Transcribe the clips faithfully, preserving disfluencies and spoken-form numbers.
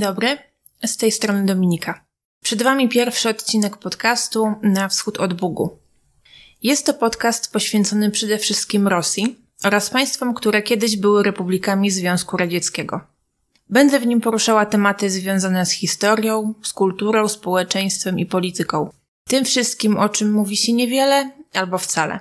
dobry, z tej strony Dominika. Przed Wami pierwszy odcinek podcastu Na wschód od Bugu. Jest to podcast poświęcony przede wszystkim Rosji oraz państwom, które kiedyś były republikami Związku Radzieckiego. Będę w nim poruszała tematy związane z historią, z kulturą, społeczeństwem i polityką. Tym wszystkim, o czym mówi się niewiele albo wcale.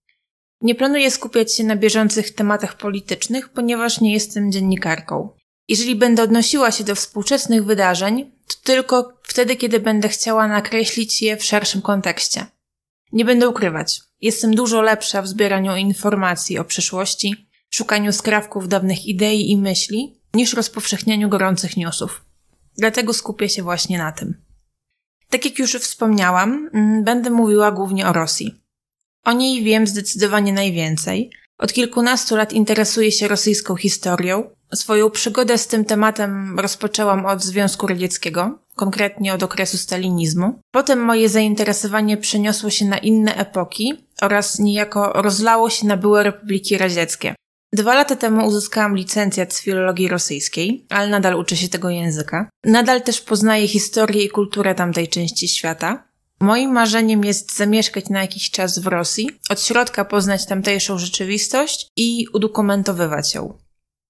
Nie planuję skupiać się na bieżących tematach politycznych, ponieważ nie jestem dziennikarką. Jeżeli będę odnosiła się do współczesnych wydarzeń, to tylko wtedy, kiedy będę chciała nakreślić je w szerszym kontekście. Nie będę ukrywać. Jestem dużo lepsza w zbieraniu informacji o przeszłości, szukaniu skrawków dawnych idei i myśli, niż rozpowszechnianiu gorących newsów. Dlatego skupię się właśnie na tym. Tak jak już wspomniałam, będę mówiła głównie o Rosji. O niej wiem zdecydowanie najwięcej. Od kilkunastu lat interesuję się rosyjską historią. Swoją przygodę z tym tematem rozpoczęłam od Związku Radzieckiego, konkretnie od okresu stalinizmu. Potem moje zainteresowanie przeniosło się na inne epoki oraz niejako rozlało się na były republiki radzieckie. Dwa lata temu uzyskałam licencjat z filologii rosyjskiej, ale nadal uczę się tego języka. Nadal też poznaję historię i kulturę tamtej części świata. Moim marzeniem jest zamieszkać na jakiś czas w Rosji, od środka poznać tamtejszą rzeczywistość i udokumentowywać ją.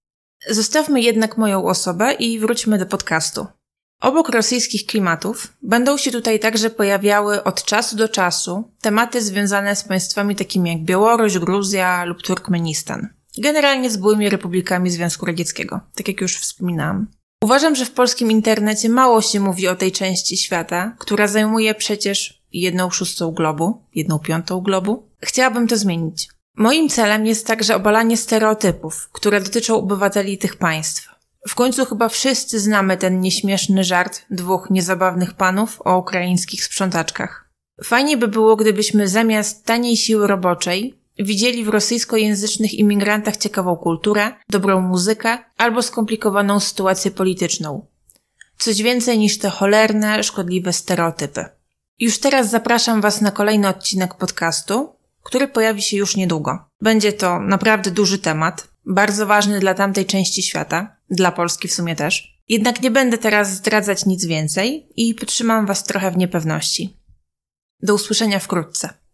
Zostawmy jednak moją osobę i wróćmy do podcastu. Obok rosyjskich klimatów będą się tutaj także pojawiały od czasu do czasu tematy związane z państwami takimi jak Białoruś, Gruzja lub Turkmenistan. Generalnie z byłymi republikami Związku Radzieckiego, tak jak już wspominałam. Uważam, że w polskim internecie mało się mówi o tej części świata, która zajmuje przecież jedną szóstą globu, jedną piątą globu. Chciałabym to zmienić. Moim celem jest także obalanie stereotypów, które dotyczą obywateli tych państw. W końcu chyba wszyscy znamy ten nieśmieszny żart dwóch niezabawnych panów o ukraińskich sprzątaczkach. Fajnie by było, gdybyśmy zamiast taniej siły roboczej widzieli w rosyjskojęzycznych imigrantach ciekawą kulturę, dobrą muzykę albo skomplikowaną sytuację polityczną. Coś więcej niż te cholerne, szkodliwe stereotypy. Już teraz zapraszam Was na kolejny odcinek podcastu, który pojawi się już niedługo. Będzie to naprawdę duży temat, bardzo ważny dla tamtej części świata, dla Polski w sumie też. Jednak nie będę teraz zdradzać nic więcej i potrzymam Was trochę w niepewności. Do usłyszenia wkrótce.